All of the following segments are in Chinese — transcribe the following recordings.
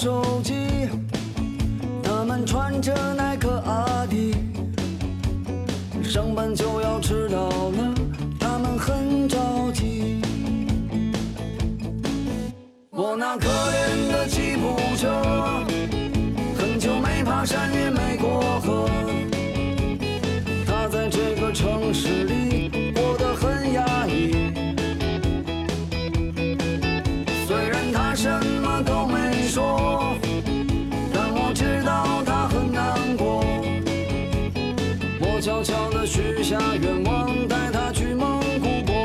手机，他们穿着耐克阿迪，上班就要迟到了，他们很着急。我那可怜的吉普车，很久没爬山也没过河，他在这个城市里过得很压抑。虽然他什么都没说，但我知道他很难过。我悄悄地许下愿望，带他去蒙古国。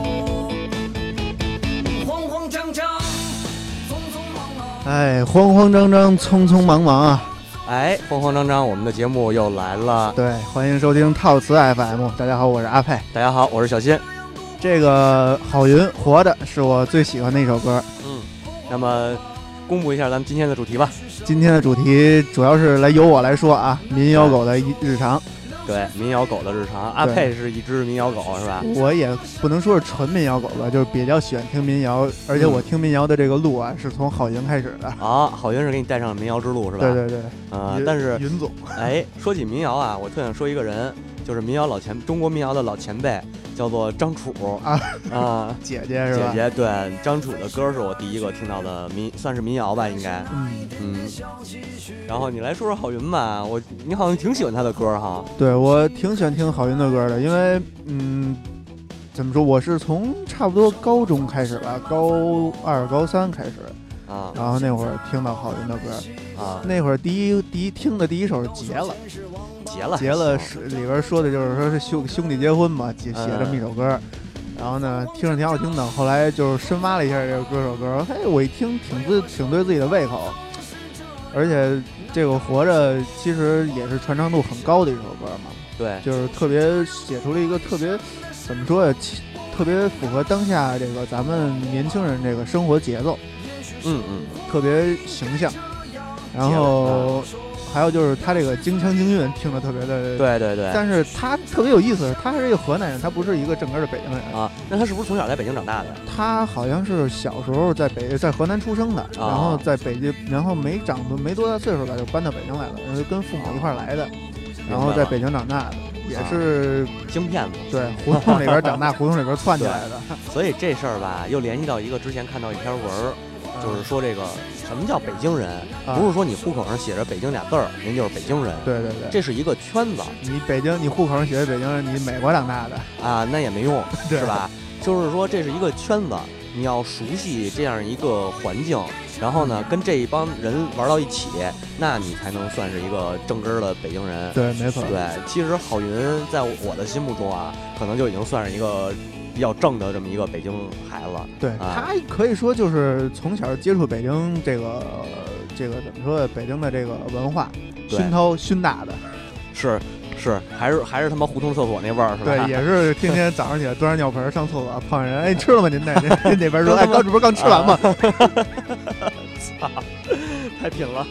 慌慌张张，匆匆忙忙。 哎，慌慌张张，匆匆忙忙啊！ 哎，慌慌张张，我们的节目又来了。 对，欢迎收听套词 FM。大家好，我是阿佩。 大家好，我是小新。 这个郝云活的是我最喜欢的一首歌。 那么公布一下咱们今天的主题吧。 今天的主题主要是由我来说啊，民谣狗的日常。 对，民谣狗的日常。阿佩是一只民谣狗是吧？ 我也不能说是纯民谣狗吧，就是比较喜欢听民谣，而且我听民谣的这个路啊，是从郝云开始的。 啊，郝云是给你带上了民谣之路是吧？ 对对对。 但是云总， 哎，说起民谣啊，我特想说一个人，就是民谣中国民谣的老前辈，叫做张楚啊， 姐姐是吧？ 姐姐，对，张楚的歌是我第一个听到的算是民谣吧，应该。然后你来说说郝云吧，你好像挺喜欢他的歌哈。 对，我挺喜欢听郝云的歌的，因为怎么说，我是从差不多高中开始吧，高2、高3开始啊，然后那会儿听到郝云的歌啊，那会儿第一听的第一首是结了是里边说的就是说是兄弟结婚嘛，写这么一首歌。然后呢，听着挺好听的。后来就是深挖了一下这个歌手歌，嘿，我一听挺对自己的胃口，而且这个活着其实也是传唱度很高的一首歌嘛。 对， 就是特别写出了一个特别怎么说呀，特别符合当下这个咱们年轻人这个生活节奏，特别形象。然后还有就是他这个京腔京韵听着特别的， 对对对。但是他特别有意思，他是一个河南人，他不是一个正根的北京人啊。那他是不是从小在北京长大的？ 他好像是小时候在河南出生的，然后在北京，然后没多大岁数了就搬到北京来了，然后跟父母一块来的，然后在北京长大的，也是京骗子。 对，胡同里边长大，胡同里边窜起来的。 所以这事儿吧，又联系到一个之前看到一篇文，就是说这个什么叫北京人，不是说你户口上写着北京俩字儿，您就是北京人。 对对对， 这是一个圈子。 你户口上写着北京人，你美国长大的啊，那也没用，是吧？就是说这是一个圈子，你要熟悉这样一个环境，然后呢，跟这一帮人玩到一起，那你才能算是一个正根的北京人。 对，没错。 对，其实郝云在我的心目中啊，可能就已经算是一个比较正的这么一个北京孩子。 对，他可以说就是从小接触北京这个怎么说，北京的这个文化熏大的。 是，还是他妈胡同厕所那味儿是吧？ 对，也是天天早上起来端着尿盆上厕所，碰上人，哎，吃了吗？您那边说，哎，这不是刚吃完吗？ 操，太拼了。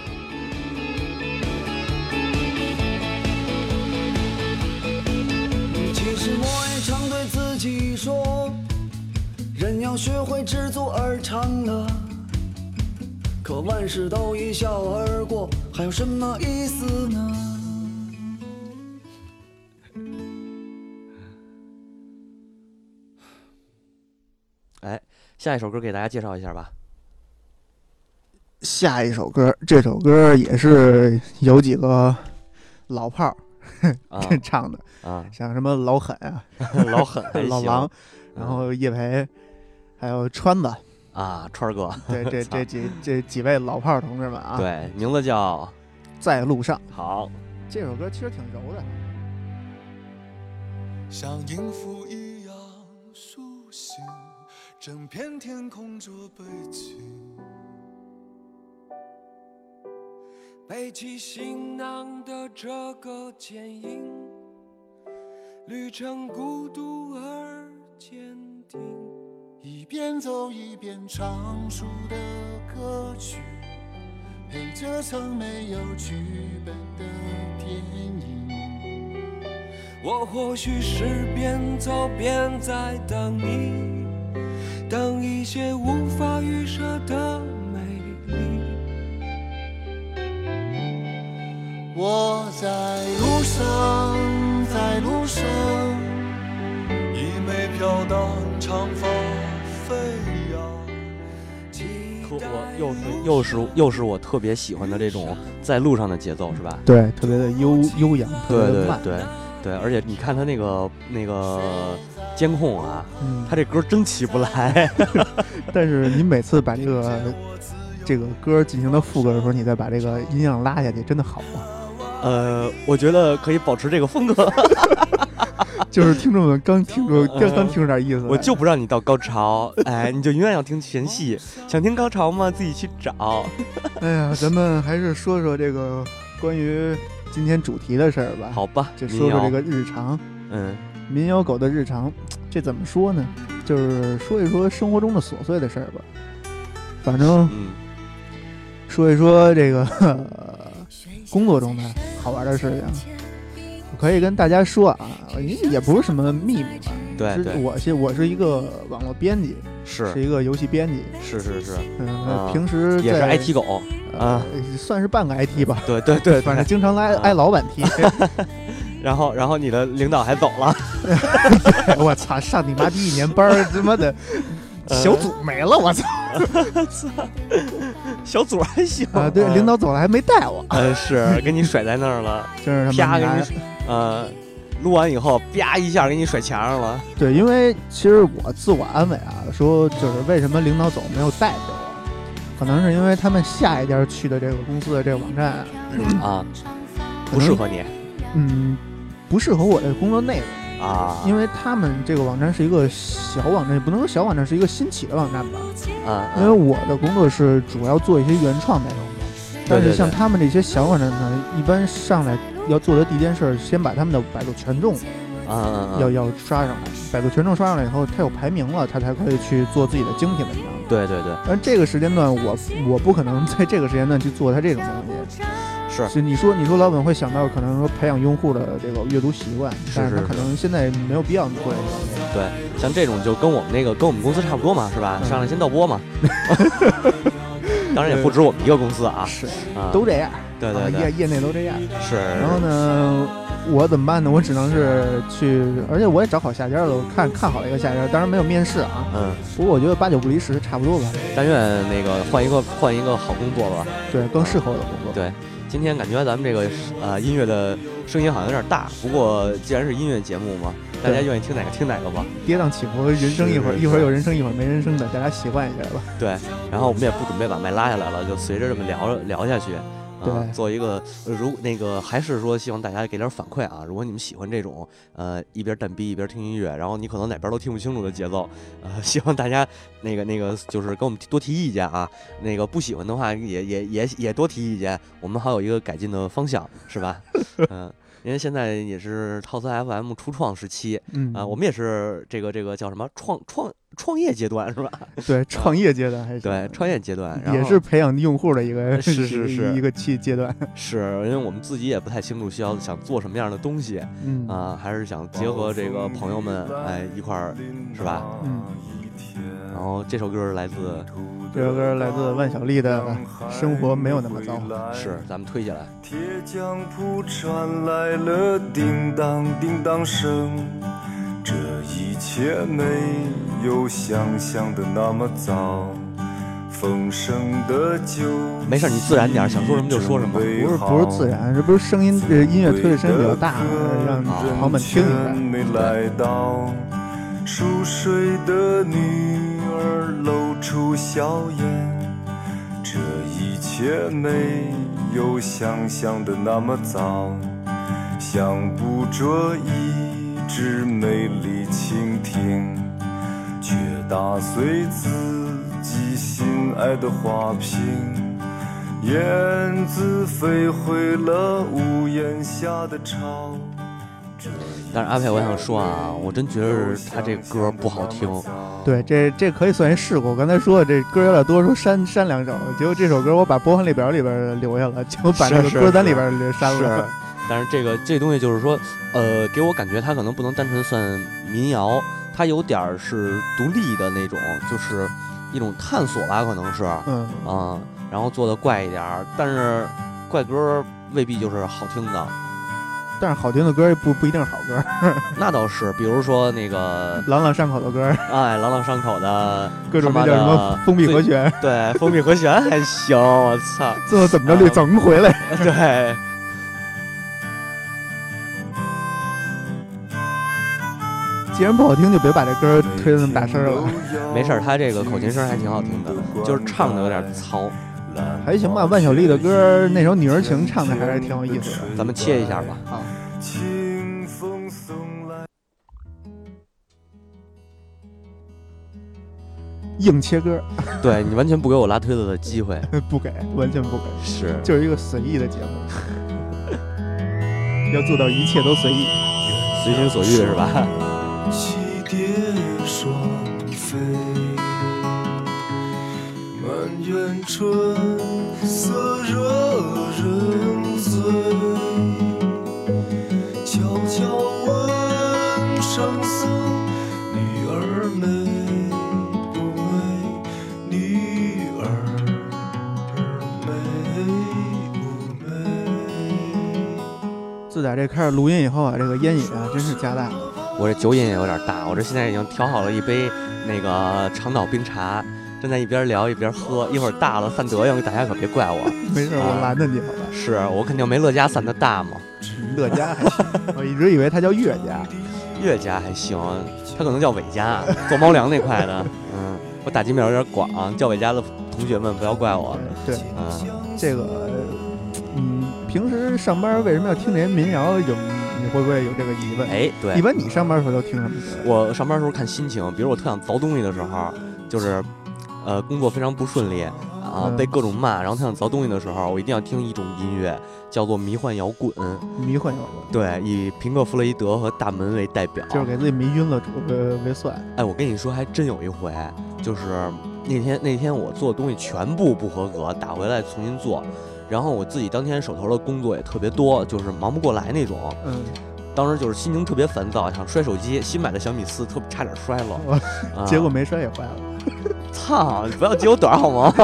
其实我也常对自己说，人要学会知足而常乐，可万事都一笑而过，还有什么意思呢？ 哎，下一首歌给大家介绍一下吧。 下一首歌，这首歌也是有几个老炮儿唱的啊， 像什么老狠啊， 老狠， 老王，然后叶培，还有川子啊，川哥， 对，这几位老炮儿同志们啊， 对，名字叫 《在路上》。 好， 这首歌其实挺柔的， 像音符一样苏醒，整片天空这背景， 背起行囊的这个剪影，旅程孤独而坚定， 一边走一边唱出的歌曲，陪着曾没有剧本的电影。 我或许是边走边在等你，等一些无法预设的美丽， 我在路上，在路上，一枚飘荡长发飞扬。 可我又是我特别喜欢的这种在路上的节奏，是吧？ 对，特别的悠扬，特别的慢。 对，而且你看他那个监控啊，他这歌真起不来。 但是你每次把这个歌进行到副歌的时候，你再把这个音量拉下去，真的好啊。 我觉得可以保持这个风格。 就是听众们刚听出点意思， 我就不让你到高潮，哎，你就永远要听前戏，想听高潮吗？自己去找。 哎呀，咱们还是说说这个关于今天主题的事儿吧。 好吧， 就说说这个日常。民谣狗的日常，这怎么说呢？就是说一说生活中的琐碎的事儿吧。反正，说一说这个工作中的好玩的事情。我可以跟大家说啊，也不是什么秘密吧。 对， 我是一个网络编辑，是一个游戏编辑， 是。 平时也是 IT 狗啊， 算是半个 IT 吧。 对， 反正经常挨老板踢。 然后你的领导还走了。 我操，上你妈第一年班，他妈的小组没了，我操！ 小组还行啊，对，领导走了还没带我。 是给你甩在那儿了， 真是啪给你录完以后啪一下给你甩墙上了。 对，因为其实我自我安慰啊，说就是为什么领导走没有带着我，可能是因为他们下一家去的这个公司的这个网站啊不适合你， 不适合我的工作内容啊， 因为他们这个网站是一个小网站，也不能说小网站，是一个新起的网站吧。因为我的工作是主要做一些原创内容的，但是像他们这些小网站呢，一般上来要做的第一件事，先把他们的百度权重要刷上来，百度权重刷上来以后，它有排名了，它才可以去做自己的精品文章。 对。 而这个时间段，我不可能在这个时间段去做它这种东西。是你说老板会想到可能说培养用户的这个阅读习惯，但是他可能现在没有必要做这个东西。 对，像这种就跟我们公司差不多嘛，是吧？上来先盗播嘛。当然也不止我们一个公司啊， 是都这样。对，业内都这样。 是。 然后呢，我怎么办呢？我只能是去，而且我也找好下家了，我看好了一个下家，当然没有面试啊。不过我觉得8、9不离10差不多吧。 但愿那个换一个好工作吧。 对，更适合我的工作。 对。今天感觉咱们这个音乐的声音好像有点大，不过既然是音乐节目嘛，大家愿意听哪个听哪个吧。 跌宕起伏，人生一会儿有人生，一会儿没人生的，大家习惯一下吧。 对，然后我们也不准备把麦拉下来了，就随着这么聊下去。做一个还是说希望大家给点反馈啊！如果你们喜欢这种一边蛋逼一边听音乐，然后你可能哪边都听不清楚的节奏，希望大家那个就是跟我们多提意见啊。不喜欢的话也多提意见，我们还有一个改进的方向，是吧？因为现在也是套词 FM 初创时期，我们也是这个叫什么创业阶段，是吧？对， 创业阶段还是对创业阶段， 也是培养用户的一个是一个阶段。 是因为我们自己也不太清楚想做什么样的东西，还是想结合这个朋友们一块儿，是吧？然后这首歌来自万晓利的《生活没有那么糟》， 是咱们推下来。 铁匠铺传来了叮当叮当声，这一切没有想象的那么糟。丰盛的酒， 没事，你自然点，想说什么就说什么。 不是自然，这不是声音，音乐推的声音比较大，让朋友们听一下。 熟睡的女儿露出笑颜，这一切没有想象的那么糟，想捕捉一只美丽蜻蜓，却打碎自己心爱的花瓶，燕子飞回了屋檐下的巢。 但是阿佩，我想说啊，我真觉得他这歌不好听。 对，这可以算一事故。我刚才说这歌有点多，说删2首，结果这首歌我把播放列表里边留下了，结果把那个歌单里边删了。 但是这东西就是说，给我感觉它可能不能单纯算民谣，它有点是独立的那种，就是一种探索吧，可能是，然后做的怪一点，但是怪歌未必就是好听的。 但是好听的歌不一定是好歌。 那倒是，比如说那个朗朗上口的歌， 哎，朗朗上口的各种那叫什么封闭和弦， 对，封闭和弦还行，我操， 最后怎么着得整回来？ 对。 既然不好听，就别把这歌推得那么大声了。 没事，他这个口琴声还挺好听的，就是唱的有点糙， 还行吧。万晓利的歌那首《女儿情》唱的还是挺有意思的， 咱们切一下吧。 好。硬切歌， 对你完全不给我拉推子的机会， 不给，完全不给， 是， 就是一个随意的节目，要做到一切都随意， 随心所欲是吧？ 起蝶双飞，满园春色惹人醉，悄悄问声色，女儿美。 自打这开始录音以后啊，这个烟瘾啊真是加大了。 我这酒瘾也有点大，我这现在已经调好了一杯那个长岛冰茶，正在一边聊一边喝，一会儿大了散德行，大家可别怪我。 没事，我拦着你好吧？ 是我肯定没乐嘉散的大嘛。 乐嘉还行，我一直以为他叫岳家。 岳家还行，他可能叫伟家，做猫粮那块的。嗯，我打击面有点广，叫伟家的同学们不要怪我。 对，这个，平时上班为什么要听这些民谣？你会不会有这个疑问？ 哎，对， 一般你上班的时候都听什么歌？ 我上班的时候看心情，比如我特想凿东西的时候，就是工作非常不顺利啊，被各种骂，然后特想凿东西的时候，我一定要听一种音乐，叫做迷幻摇滚。 迷幻摇滚， 对，以平克·弗洛伊德和大门为代表， 就是给自己迷晕了为算。 哎，我跟你说，还真有一回，就是那天我做的东西全部不合格，打回来重新做。然后我自己当天手头的工作也特别多，就是忙不过来那种。当时就是心情特别烦躁，想摔手机，新买的小米4差点摔了， 结果没摔也坏了。 操！你不要揭我短好吗？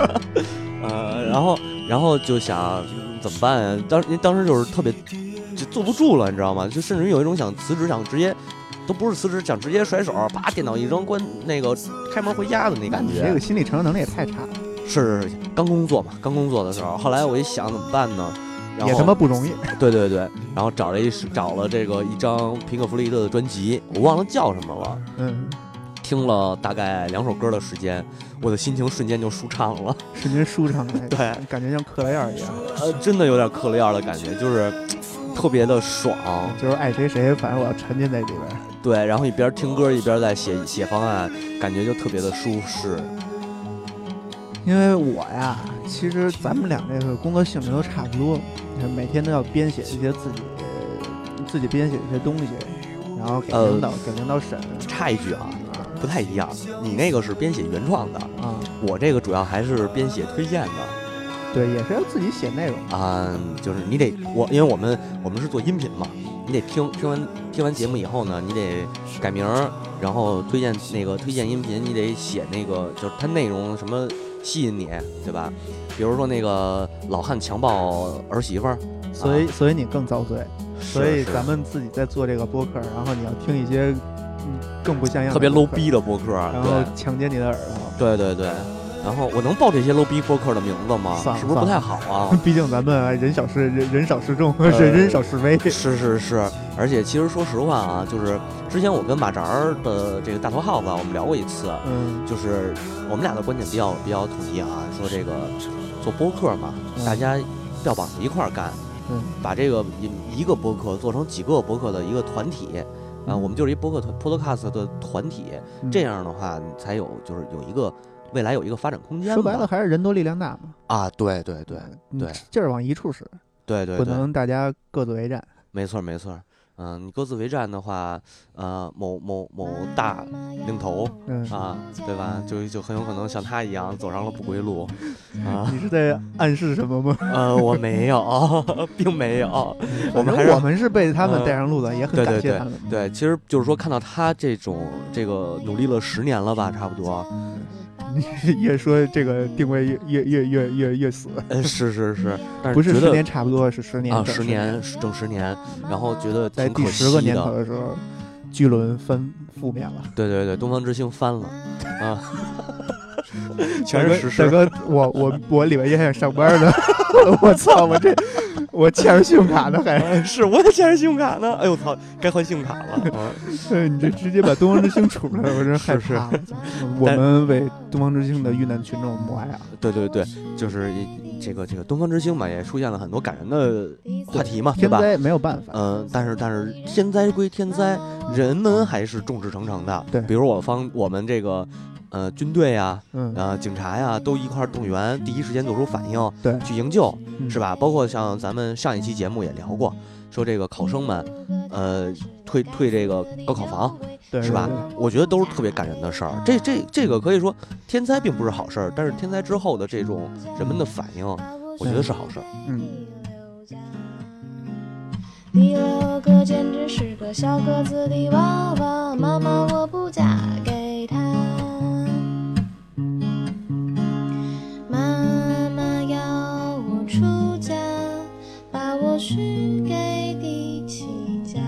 然后就想怎么办呀？当时就是特别就坐不住了，你知道吗？就甚至于有一种想辞职，想直接都不是辞职，想直接甩手，把电脑一扔，关那个开门回家的那感觉。 这个心理承受能力也太差了。 是刚工作嘛，刚工作的时候，后来我一想怎么办呢？ 也他妈不容易。 对，然后找了这个一张平克·弗洛伊德的专辑，我忘了叫什么了。听了大概2首歌的时间，我的心情瞬间就舒畅了， 瞬间舒畅了。 对， 感觉像克雷尔一样。 真的有点克雷尔的感觉，就是特别的爽。 就是爱谁谁，反正我要沉浸在里边。 对，然后一边听歌一边在写方案，感觉就特别的舒适。 因为我呀，其实咱们俩这个工作性质都差不多，每天都要编写一些自己编写一些东西，然后给领导审。 插一句啊，不太一样，你那个是编写原创的啊，我这个主要还是编写推荐的。 对，也是要自己写内容啊，就是你得因为我们是做音频嘛，你得听完节目以后呢，你得改名，然后推荐音频，你得写那个就是它内容什么吸引你，对吧？比如说那个老汉强暴儿媳妇儿， 所以你更遭罪。所以咱们自己在做这个播客，然后你要听一些更不像样的特别 low 逼的播客， 然后强奸你的耳朵。对。然后我能报这些 low 逼播客的名字吗？是不是不太好啊？ 毕竟咱们人少势众，人少势微。 是。而且其实说实话啊，就是之前我跟马扎儿的这个大头耗子我们聊过一次，就是我们俩的观点比较统一啊，说这个做播客嘛，大家要绑在一块儿干，把这个一个播客做成几个播客的一个团体。我们就是一播客podcast 的团体，这样的话才有就是未来有一个发展空间。 说白了还是人多力量大嘛。 啊，对， 劲儿往一处使。对，不能大家各自为战。 没错。你各自为战的话，某大领头啊，对吧？就很有可能像他一样走上了不归路啊。 你是在暗示什么吗？ 我没有，并没有。我们是被他们带上路的，也很感谢他们。 对，其实就是说看到他这个努力了10年了吧，差不多。 越说这个定位越死。 是，但是不是 10 年差不多是10年啊，10年正10年，然后觉得在第10个年头的时候，巨轮分负面了。 对，东方之星翻了啊。全是实大哥，我礼拜一还想上班呢，我操，我欠着信用卡呢，还是我也欠着信用卡呢。哎呦操，该换信用卡了。 你这直接把东方之星出来了，我真害怕。我们为东方之星的遇难群众默哀啊！ 对，就是这个东方之星嘛，也出现了很多感人的话题嘛， 天灾没有办法。 但是天灾归天灾，人们还是众志成城的。 对， 比如我们这个。军队呀，警察呀，都一块动员，第一时间做出反应， 对， 去营救，是吧？包括像咱们上一期节目也聊过，说这个考生们，退这个高考房， 对， 是吧？我觉得都是特别感人的事儿。这个可以说，天灾并不是好事儿，但是天灾之后的这种人们的反应，我觉得是好事儿。 第6个简直是个小个子的娃娃，妈妈我不嫁给他。出家，把我许给第7家。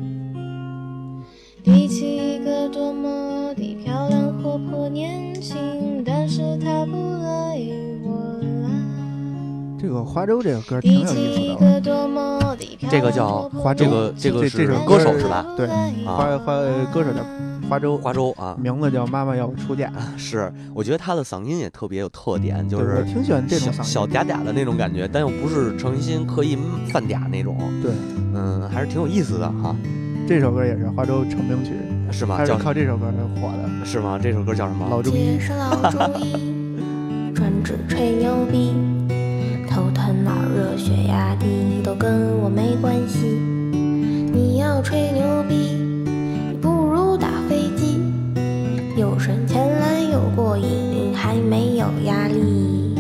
第7个多么的漂亮活泼年轻，但是他不爱我啦。 这个花粥这个歌挺有意思的。 这个叫花粥， 这个是首歌手是吧？ 对，歌手叫花粥啊， 名字叫妈妈要我出嫁。 是，我觉得他的嗓音也特别有特点，就是我挺喜欢这种嗓音， 小嗲嗲的那种感觉，但又不是诚心刻意犯嗲那种。 对， 还是挺有意思的哈。 这首歌也是花粥成名曲， 是吗？ 他是靠这首歌火的， 是吗？这首歌叫什么？ 老中医。 专治吹牛逼，头疼脑热血压低都跟我没关系。你要吹牛逼，你不如打飞机，有生钱来又过瘾，还没有压力。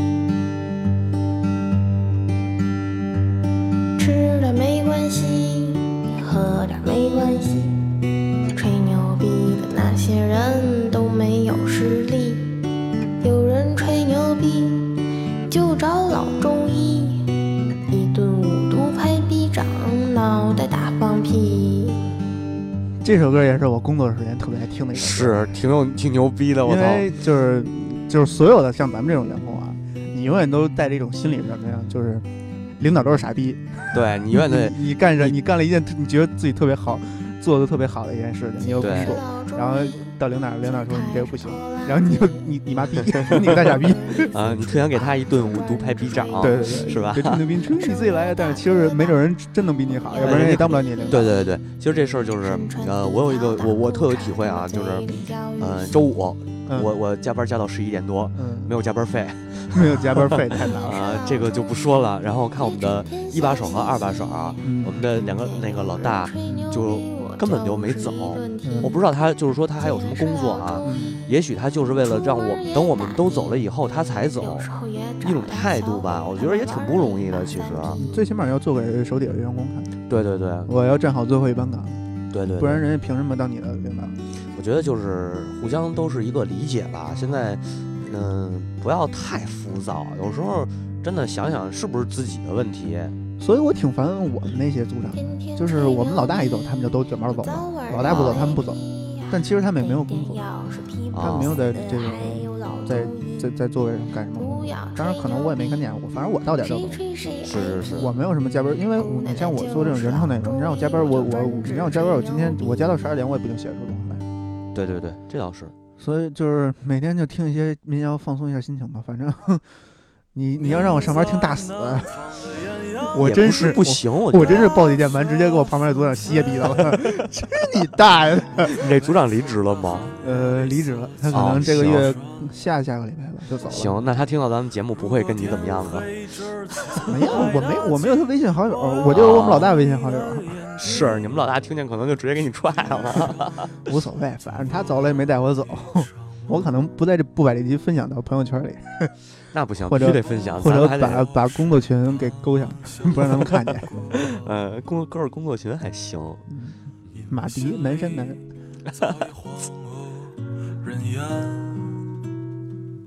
吃点没关系，喝点没关系，吹牛逼的那些人都没有实力。有人吹牛逼就找老中医，一顿5毒拍逼掌，脑袋大放屁。 这首歌也是我工作时间特别爱听的一首歌， 是挺牛逼的，我操！ 因为就是所有的像咱们这种员工啊，你永远都带着一种心理什么呀，就是领导都是傻逼。 对，你永远得你干了一件你觉得自己特别好，做的特别好的一件事情，你又不做，然后到领导说你这个不行，然后你妈逼，你个大傻逼啊！你特想给他一顿5毒拍逼掌， 对， 是吧？ 吹牛逼，你自己来，但是其实没准人真能比你好，要不然人也当不了你领导。 对，其实这事儿就是我有一个我特有体会啊，就是周5我加班加到11点多，没有加班费。 没有加班费太难了啊，这个就不说了。然后看我们的1把手和2把手，我们的2个那个老大就根本就没走。我不知道他就是说他还有什么工作啊？也许他就是为了让等我们都走了以后他才走，一种态度吧，我觉得也挺不容易的。其实最起码要做给手底下员工看。 对， 我要站好最后一班岗。 对， 不然人家凭什么当你的领导？ 我觉得就是互相都是一个理解吧。现在。不要太浮躁，有时候真的想想是不是自己的问题。 所以我挺烦我们那些组长的，就是我们老大一走，他们就都卷包走了；老大不走，他们不走。但其实他们也没有工作，他们没有在这个在座位上干什么工作。当然，可能我也没看见，反正我到点就走。 是， 我没有什么加班，因为你像我做这种原创内容，你让我加班，你让我加班，我今天我加到12点，我也不一定写出东西来。 对，这倒是。 所以就是每天就听一些民谣，放松一下心情吧。反正你要让我上班听大死，我真是不行。 我真是抱起键盘，直接给我旁边的组长歇逼了。去你大爷！ 你这组长离职了吗？ 离职了，他可能这个月下个礼拜吧就走了。 行，那他听到咱们节目不会跟你怎么样的？ 没有，我没有他微信好友，我就是我们老大微信好友。 是你们老大听见可能就直接给你踹了。 无所谓，反正他走了也没带我走，我可能不把这集分享到朋友圈里。 那不行， 或者必须得分享， 或者把工作群给勾上，不让他们看见。 工作群还行。 马迪南山南。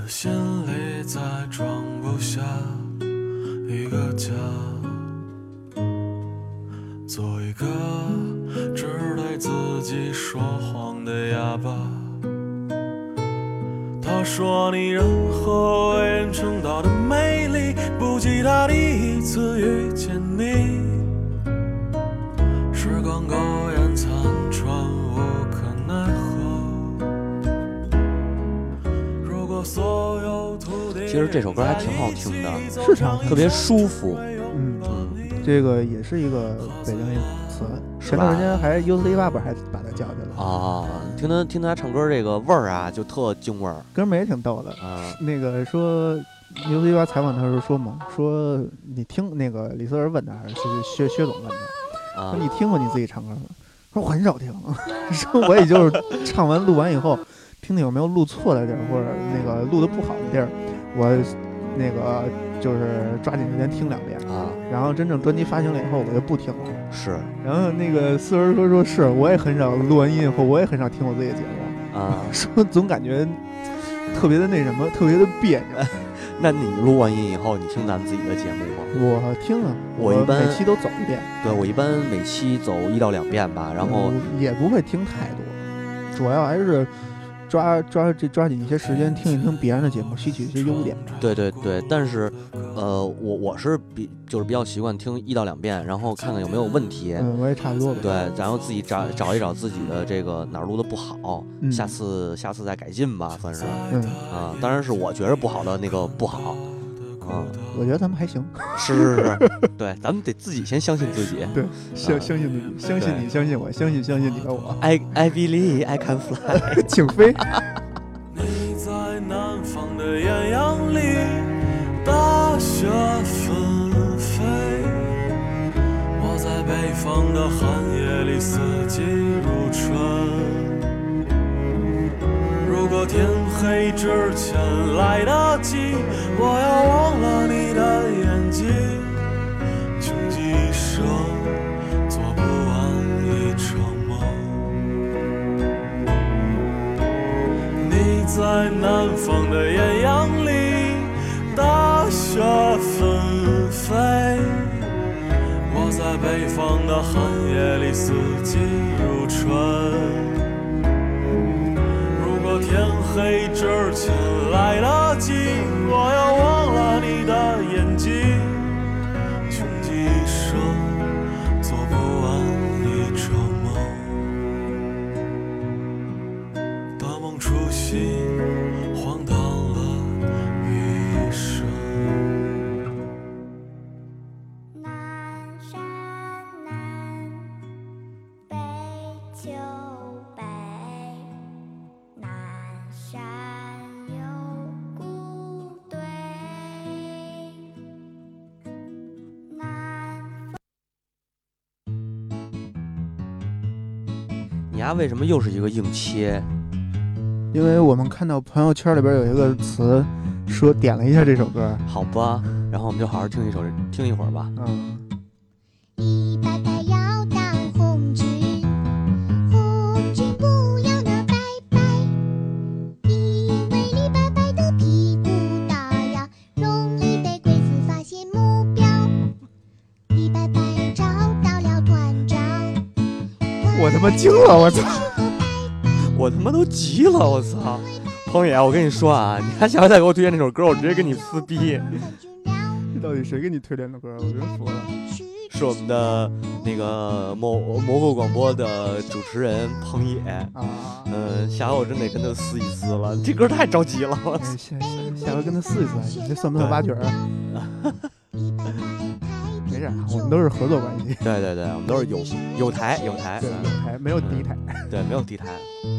心里再装不下一个家，做一个只对自己说谎的哑巴。他说你任何为人称道的美丽，不及他第一次遇见你。时光苟延残喘，无可奈何。如果所有土地， 其实这首歌还挺好听的， 是唱特别舒服。 这个也是一个北京一词，前段时间还 U48 还把他叫去了啊。听他唱歌这个味儿啊，就特京味儿。 哥们儿也挺逗的啊。那个说 U48 采访他的时候说嘛，说你听那个李思儿问他，还是薛总问他，说你听过你自己唱歌吗？说我很少听，说我也就是唱完录完以后，听听有没有录错的地儿，或者那个录的不好的地儿，我那个就是抓紧时间听2遍啊。 然后真正专辑发行了以后，我就不听了。 是。 然后那个思儿说是，我也很少录完音以后，我也很少听我自己的节目啊， 说总感觉特别的那什么，特别的别扭。 那你录完音以后，你听咱们自己的节目吗？ 我听啊， 我一般每期都走1遍。 对，我一般每期走1到2遍吧，然后也不会听太多，主要还是抓紧一些时间听一听别人的节目，吸取一些优点。 对，但是我是比较习惯听1到2遍，然后看看有没有问题。 我也差不多吧。 对，然后自己找一找自己的这个哪儿录的不好，下次再改进吧，算是。当然是我觉得不好的那个不好。 我觉得咱们还行。 是，对，咱们得自己先相信自己。 对，相信自己，相信你，相信我，相信你和我。 I believe I can fly， 请飞。 你在南方的艳阳里，大雪纷飞；我在北方的寒夜里，四季如春。如果天黑之前来得及，我要忘了你的眼睛，穷极一生做不完一场梦。你在南方的艳阳里，大雪纷飞；我在北方的寒夜里，四季如春。天黑之前来得及，我要忘了你的眼睛，穷极一生做不完一场梦，大梦初醒，荒唐了一生。 南山南，北秋北。南山有古堆， 你丫为什么又是一个硬切？ 因为我们看到朋友圈里边有一个词，说点了一下这首歌。 好吧，然后我们就好好听一会儿吧。 一拜拜要当红军，红军不要那拜拜，因为李白白的屁股大呀，容易被鬼子发现目标。李白白找到了团长， 我他妈惊了，我操！ 我他妈都急了，我操！彭野，我跟你说啊，你还下回再给我推荐那首歌，我直接跟你撕逼。 这到底谁给你推荐的歌？我真服了。 是我们的那个模糊广播的主持人彭野啊。 下回我真得跟他撕一撕了，这歌太着急了。 下回跟他撕一撕，你这算不算挖掘啊？没事，我们都是合作关系。 对对对，我们都是有台， 对，有台没有敌台。 对，没有敌台。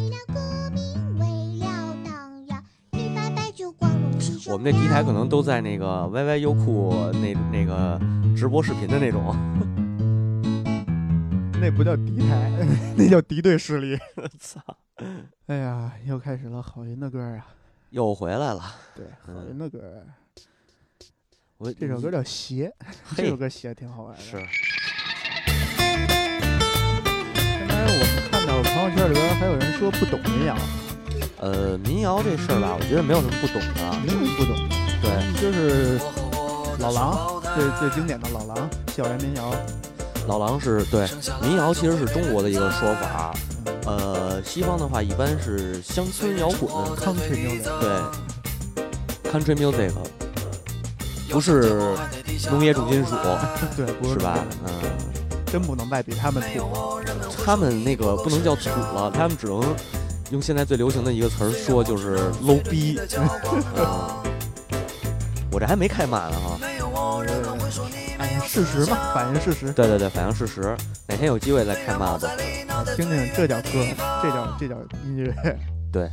我们那敌台可能都在那个 YY 优酷那个直播视频的那种。 那不叫敌台，那叫敌对势力。 操！ 哎呀，又开始了郝云的歌啊！ 又回来了。 对，郝云的歌。 我这首歌叫《鞋》，这首歌写的挺好玩的。 是。 刚才我们看到朋友圈里边还有人说不懂民谣， 民谣这事儿吧，我觉得没有什么不懂的， 没有人不懂的。 对， 就是老狼最经典的老狼校园民谣。 老狼是对民谣，其实是中国的一个说法。西方的话一般是乡村摇滚 ，country music。 对 ，country music， 不是农业重金属， 对，不是吧？ 真不能再比他们土。 他们那个不能叫土了，他们只能用现在最流行的一个词儿说，就是 low 逼。我这还没开麦呢哈。 事实嘛，反映事实。 对对对，反映事实。哪天有机会再开麦吧。 听听这叫歌，这叫音乐。 对。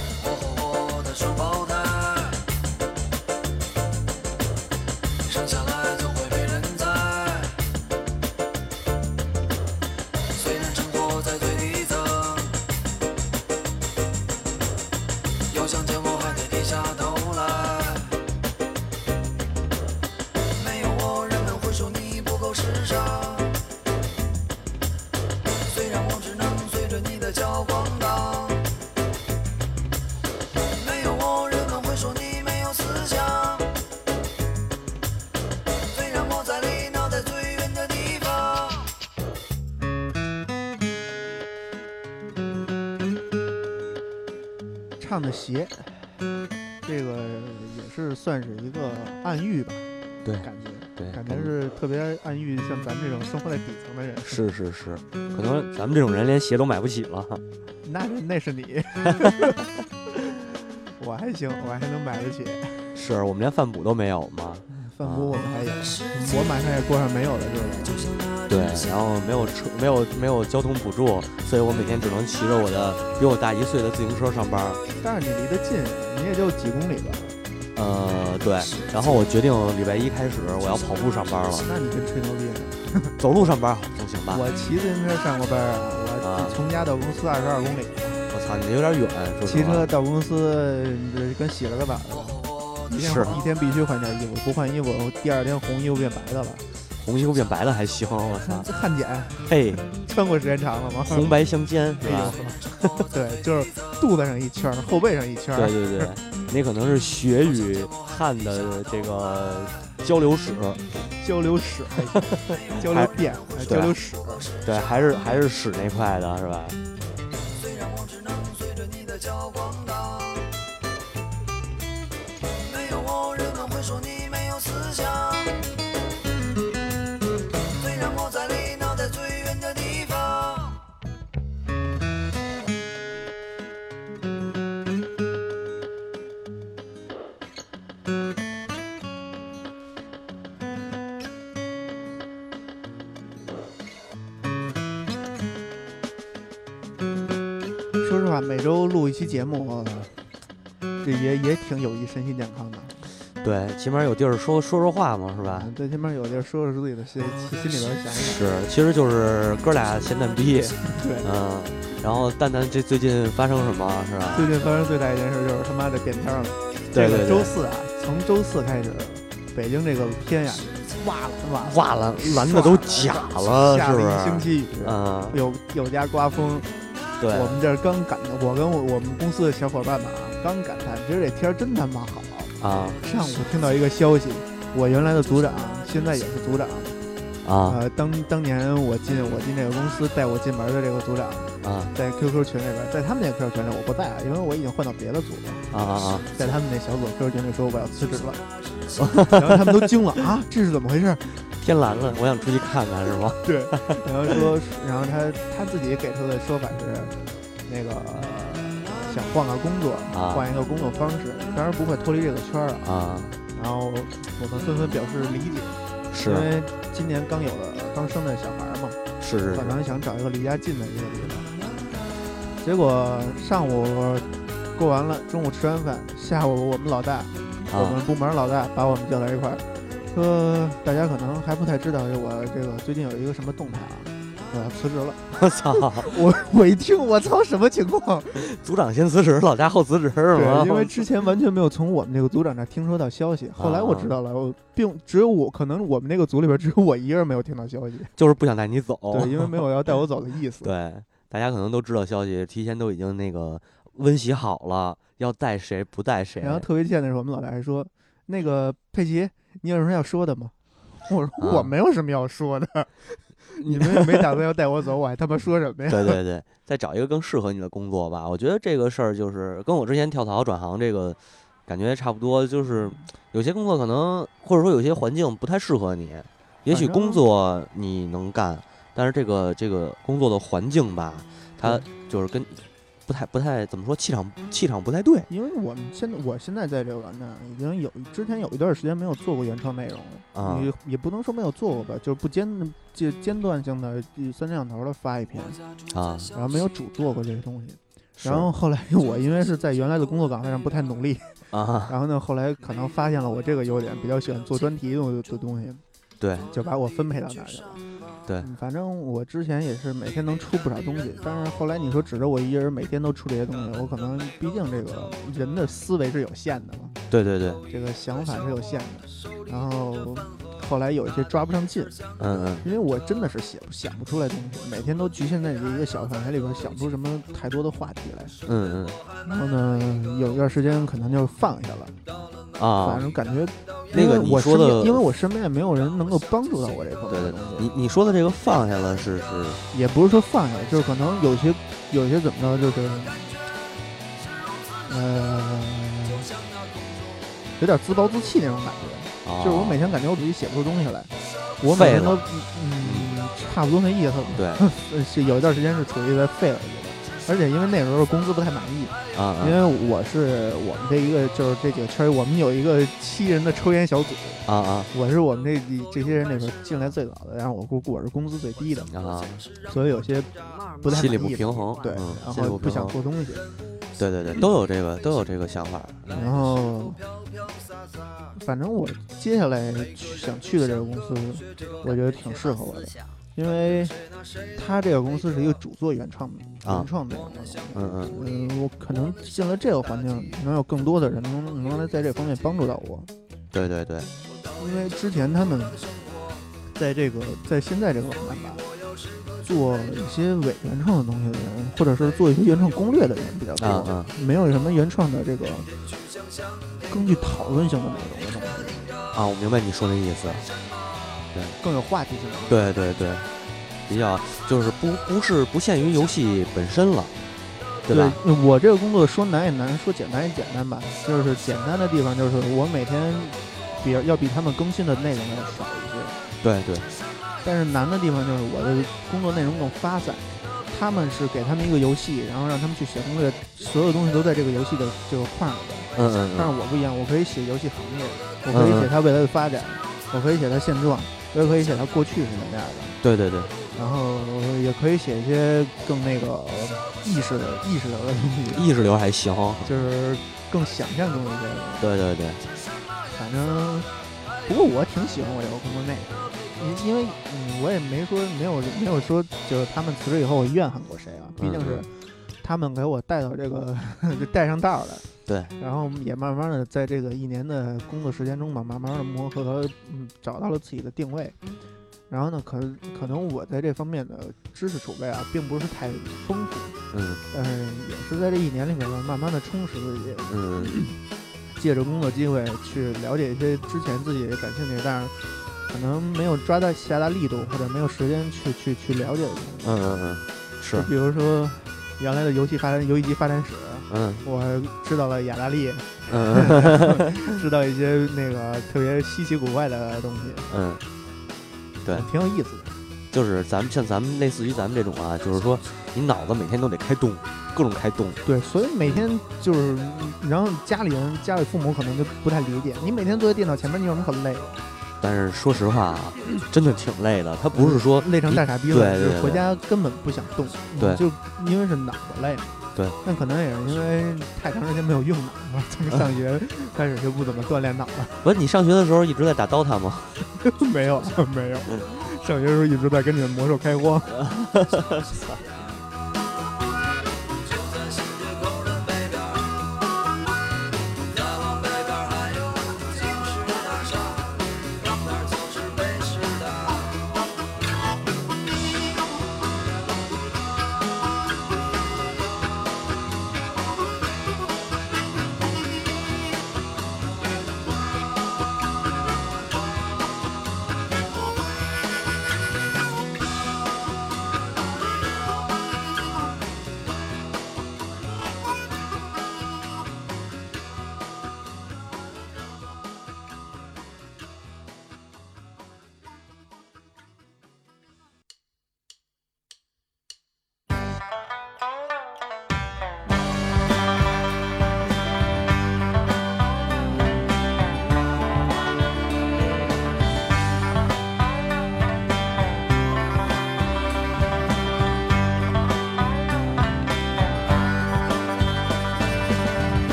唱的邪，这个也是算是一个暗喻吧。 对， 感觉是特别暗喻，像咱们这种生活在底层的人。 是，可能咱们这种人连鞋都买不起了。 那是你，我还行，我还能买得起。 是我们连饭补都没有吗？ 饭补我们还有，我马上也过上没有的日子。 对，然后没有车，没有交通补助，所以我每天只能骑着我的比我大1岁的自行车上班。 但是你离得近，你也就几公里吧。 对。然后我决定礼拜一开始我要跑步上班了。 那你真吹牛逼呢！ 走路上班总行吧？ 我骑自行车上过班啊，我从家到公司22公里。 我操，你有点远。 骑车到公司跟洗了个澡似的，一天必须换件衣服，不换衣服第二天红衣服变白的了。 红衣服变白了还行，我操！ 汉检， 嘿， 穿过时间长了吗？ 红白相间是吧？ 对，就是肚子上一圈，后背上一圈。 对，那可能是血与汗的这个交流史， 交流电，交流史。 对，还是屎那块的是吧？ 没有我，人们会说你没有思想。 说实话，每周录一期节目，这也挺有益身心健康的。 对，起码有地儿说话嘛，是吧？ 对，起码有地儿说自己的心里边想法。 是，其实就是哥俩闲蛋逼。 对， 然后蛋蛋这最近发生什么是吧？ 最近发生最大一件事就是他妈的变天了。 对， 周4啊，从周4开始，北京这个天呀， 哇了，蓝的都假了，是不是？ 下了1星期雨，有家刮风。 对， 我们这儿刚赶的，我跟我们公司的小伙伴们刚感叹，今儿这天真他妈好啊！ 上午听到一个消息，我原来的组长现在也是组长啊。 当年我进这个公司带我进门的这个组长啊， 在 QQ 群里边，在他们那 QQ 群里我不在，因为我已经换到别的组了在他们那小组 QQ 群里说我要辞职了，然后他们都惊了啊，这是怎么回事？ 天蓝了，我想出去看看，是吗？ 对，然后他自己给出的说法是，那个想换个工作，换一个工作方式，当然不会脱离这个圈儿啊。 然后我们纷纷表示理解， 是因为今年刚生的小孩嘛， 是， 可能想找一个离家近的一个地方。结果上午过完了，中午吃完饭，下午我们老大，我们部门老大把我们叫到一块儿。说大家可能还不太知道，我这个最近有一个什么动态我要辞职了。 我操！ 我一听，我操，什么情况？ 组长先辞职，老家后辞职是吗？ 对，因为之前完全没有从我们这个组长那听说到消息，后来我知道了，只有我，可能我们那个组里边只有我一个人没有听到消息， 就是不想带你走。 对，因为没有要带我走的意思。 对，大家可能都知道消息，提前都已经那个温习好了，要带谁不带谁。 然后特别欠的是，我们老大还说：“那个佩奇，你有什么要说的吗？”我说：“我没有什么要说的，你们也没打算要带我走，我还他妈说什么呀？” 对对对，再找一个更适合你的工作吧。我觉得这个事儿就是跟我之前跳槽转行这个感觉差不多，就是有些工作可能或者说有些环境不太适合你，也许工作你能干，但是这个工作的环境吧，它就是跟不太怎么说，气场不太对。 因为我现在在这个网站已经之前有一段时间没有做过原创内容了，也不能说没有做过吧，就是不间断性的3天2头的发一篇啊， 然后没有主做过这些东西。然后后来我因为是在原来的工作岗位上不太努力啊， 然后呢后来可能发现了我这个优点，比较喜欢做专题的东西， 对， 就把我分配到那儿去了。 对， 反正我之前也是每天能出不少东西，但是后来你说指着我一人每天都出这些东西，我可能毕竟这个人的思维是有限的嘛， 对对对， 这个想法是有限的，然后后来有一些抓不上劲，因为我真的是想不出来东西，每天都局限在这一个小范围里边，想不出什么太多的话题来，然后呢，有一段时间可能就放下了啊， 反正感觉。 那个你说的， 因为我身边也没有人能够帮助到我这方面的东西。 你说的这个放下了是， 也不是说放下了，就是可能有些怎么着，就是有点自暴自弃那种感觉。就是我每天感觉我自己写不出东西来，我每天都差不多那意思。 对， 是有一段时间是处于在废了一个。而且因为那时候工资不太满意因为我们这一个就是这几个圈，我们有一个7人的抽烟小组我是我们这些人里边进来最早的，然后我是工资最低的所以有些不太心里不平衡， 对，然后不想做东西， 对对对，都有这个想法。 然后反正我接下来想去的这个公司，我觉得挺适合我的。因为他这个公司是一个主做原创内容的，我可能进了这个环境，能有更多的人能来在这方面帮助到我。 对对对， 因为之前他们在现在这个网站吧，做一些伪原创的东西的人，或者是做一些原创攻略的人比较多，没有什么原创的这个根据讨论性的内容的东西。 我明白你说的意思。对， 更有话题性。 对对对，比较就是不限于游戏本身了，对吧？ 对，我这个工作说难也难，说简单也简单吧。就是简单的地方就是我每天要比他们更新的内容要少一些。 对对。 但是难的地方就是我的工作内容更发散，他们是给他们一个游戏，然后让他们去写攻略，所有东西都在这个游戏的这个框里边。但是我不一样，我可以写游戏行业，我可以写它未来的发展，我可以写它现状。我也可以写它过去是什么样的， 对对对， 然后也可以写一些更那个意识流的东西， 意识流还行， 就是更想象中的一些。 对对对， 反正不过我挺喜欢我这个工作内容，因为我也没有说就是他们辞职以后我怨恨过谁啊，毕竟是他们给我带到这个就带上道了。 对， 然后也慢慢的在这个1年的工作时间中吧，慢慢的磨合和找到了自己的定位。然后呢，可能我在这方面的知识储备啊，并不是太丰富，但是也是在这1年里面慢慢的充实自己，借着工作机会去了解一些之前自己也感兴趣，但是可能没有抓到下大力度或者没有时间去了解的东西。 是， 比如说原来的游戏机发展史。我知道了雅达利，知道一些那个特别稀奇古怪的东西， 对， 挺有意思的。 就是像咱们类似于咱们这种啊，就是说你脑子每天都得开动，各种开动。 对，所以每天就是，然后家里父母可能就不太理解，你每天坐在电脑前面，你有什么可累的？ 但是说实话啊，真的挺累的。他不是说累成大傻逼了， 对， 回家根本不想动， 对， 就因为是脑子累。 对， 但可能也是因为太长时间没有用脑了，从上学开始就不怎么锻炼脑了。 不是你上学的时候一直在打 DOTA 吗？ 没有，上学的时候一直在跟你们魔兽开荒。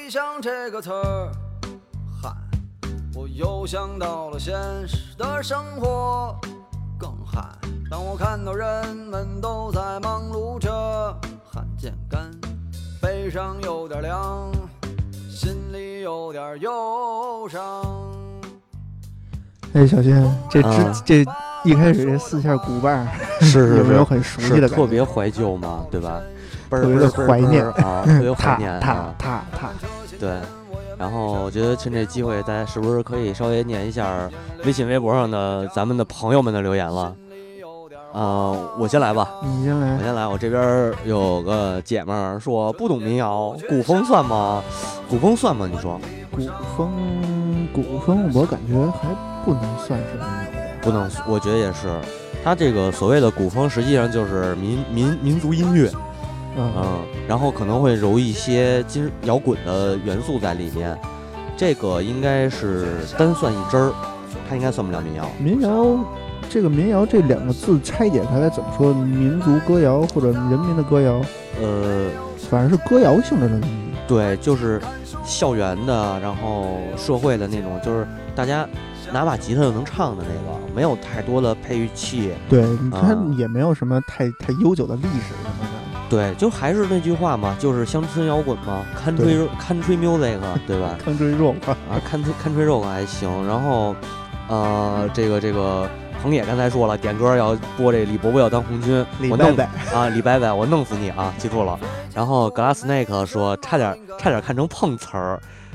想这个词儿，嗨，我又想到了现实的生活，更嗨。当我看到人们都在忙碌着，汗渐干，背上有点凉，心里有点忧伤。 哎，小新，这一开始这4下鼓棒， 是有没有很熟悉的感觉？ 特别怀旧嘛，对吧？ 特别的怀念啊，特别怀念踏。 对，然后我觉得趁这机会，大家是不是可以稍微念一下微信、微博上的咱们的朋友们的留言了？我先来吧。 你先来。 我先来。我这边有个姐们儿说不懂民谣，古风算吗？古风算吗？你说？ 古风，我感觉还不能算是民谣。 不能，我觉得也是。它这个所谓的古风，实际上就是民族音乐。然后可能会揉一些摇滚的元素在里面，这个应该是单算一支儿，它应该算不了民谣。 民谣这2个字拆解开来怎么说？民族歌谣或者人民的歌谣？反正是歌谣性质的东西。 对，就是校园的，然后社会的那种，就是大家拿把吉他就能唱的那个，没有太多的配乐器。 对，它也没有什么太悠久的历史什么的。 对，就还是那句话嘛，就是乡村摇滚嘛 ，country music， 对吧 ？country rock 啊 ，country rock 还行。然后，这个彭野刚才说了，点歌要播这李伯伯要当红军， 李伯伯啊，李伯伯，我弄死你啊，记住了。然后 Glass Snake 说差点看成碰瓷儿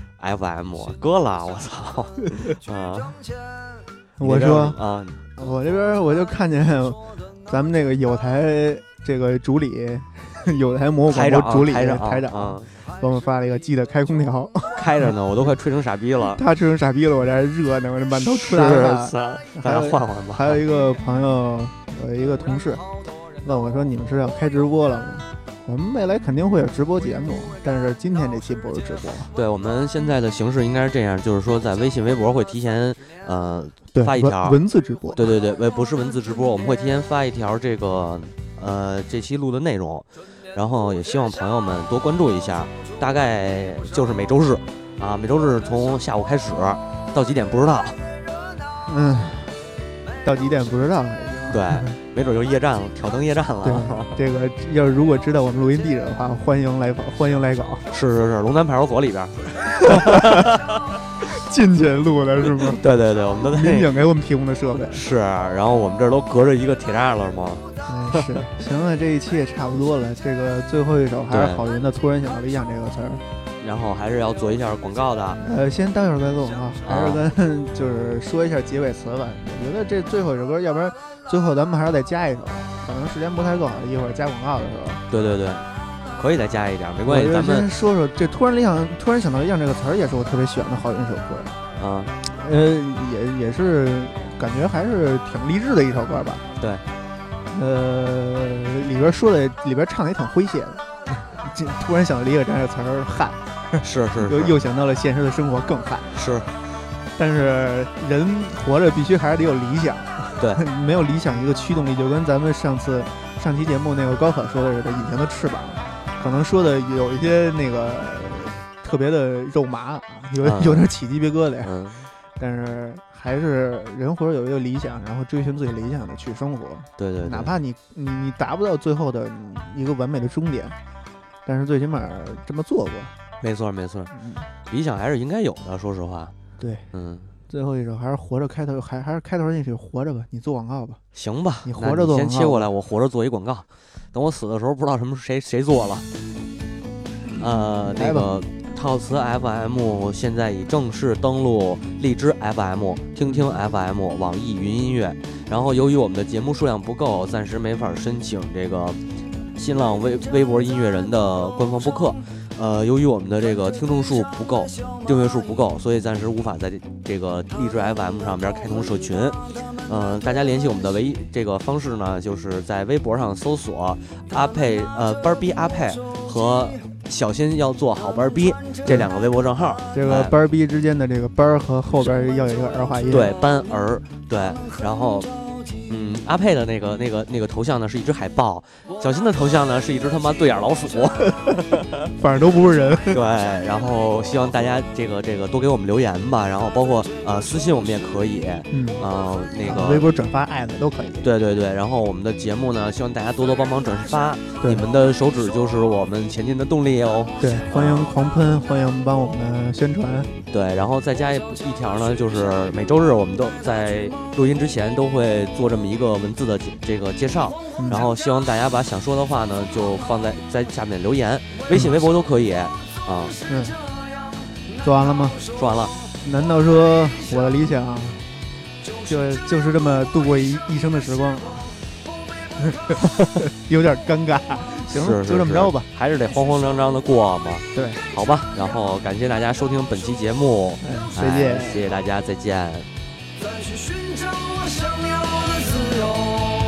，FM 割了，我操啊！ 我说啊， 我这边我就看见咱们那个有台这个主理。有台蘑菇广播主理台长给我们发了一个记得开空调， 开着呢，我都快吹成傻逼了。 他吹成傻逼了，我这还热呢，我这满头出大汗。 大家换换吧。 还有一个朋友，有一个同事问我说：“你们是要开直播了吗？”我们未来肯定会有直播节目，但是今天这期不是直播。 对，我们现在的形式应该是这样，就是说在微信、微博会提前发一条文字直播。 对，不是文字直播，我们会提前发一条这个这期录的内容。然后也希望朋友们多关注一下，大概就是每周日啊，每周日从下午开始，到几点不知道。 到几点不知道。 对，没准就是夜战了，挑灯夜战了。 对，这个要是如果知道我们录音地址的话，欢迎来稿。 是，龙潭派出所里边。 进去录的是吗？ 对，我们都在民警给我们提供的设备。 是，然后我们这儿都隔着一个铁栅栏吗？ 是，行了，这一期也差不多了。这个最后一首还是郝云的《突然想到理想》这个词儿， 然后还是要做一下广告的。 先待会儿再做广告，还是跟就是说一下结尾词吧。我觉得这最后一首歌，要不然最后咱们还是再加一首，可能时间不太够，一会儿加广告的时候。 对，可以再加一点，没关系。咱们先说说这突然想到理想这个词儿，也是我特别喜欢的郝云一首歌啊。 也是感觉还是挺励志的一首歌吧。 对。 里边唱的也挺诙谐的，这突然想到了一个这个词儿汗， 是又想到了现实的生活更汗， 是。 但是人活着必须还是得有理想， 对， 没有理想一个驱动力，就跟咱们上期节目那个高可说的似的，隐形的翅膀，可能说的有一些那个特别的肉麻，有点起鸡皮疙瘩，但是。还是人活着有一个理想，然后追寻自己理想的去生活。 对， 哪怕你达不到最后的一个完美的终点，但是最起码这么做过。 没错，理想还是应该有的。说实话， 对，最后一首还是活着开头，还是开头那曲活着吧。你做广告吧， 行吧？ 你活着做广告， 先切过来，我活着做一广告。等我死的时候，不知道谁做了。那个。套词 FM 现在已正式登录荔枝 FM、听听 FM、网易云音乐。然后由于我们的节目数量不够，暂时没法申请这个新浪微博音乐人的官方播客。由于我们的这个听众数不够，订阅数不够，所以暂时无法在这个荔枝 FM 上边开通社群。大家联系我们的唯一这个方式呢，就是在微博上搜索阿佩班儿逼阿佩和小心要做好班儿逼这2个微博账号。 这个班儿逼之间的这个班儿和后边要有一个儿化音。 对，班儿对，然后阿佩的那个头像呢是一只海豹，小新的头像呢是一只他妈对眼老鼠， 反正都不是人。 对，然后希望大家这个多给我们留言吧，然后包括私信我们也可以，那个微博转发艾特都可以。 对，然后我们的节目呢，希望大家多多帮忙转发，你们的手指就是我们前进的动力哦。 对，欢迎狂喷，欢迎帮我们宣传。 对，然后再加一条呢，就是每周日我们都在录音之前都会做这么一个文字的这个介绍，然后希望大家把想说的话呢就放在下面留言，微信、微博都可以啊。 说完了吗？ 说完了。 难道说我的理想就是这么度过一生的时光？有点尴尬。行，就这么着吧， 还是得慌慌张张的过嘛。 对， 好吧。然后感谢大家收听本期节目， 再见， 谢谢大家，再见。 再去寻找我想要的自由。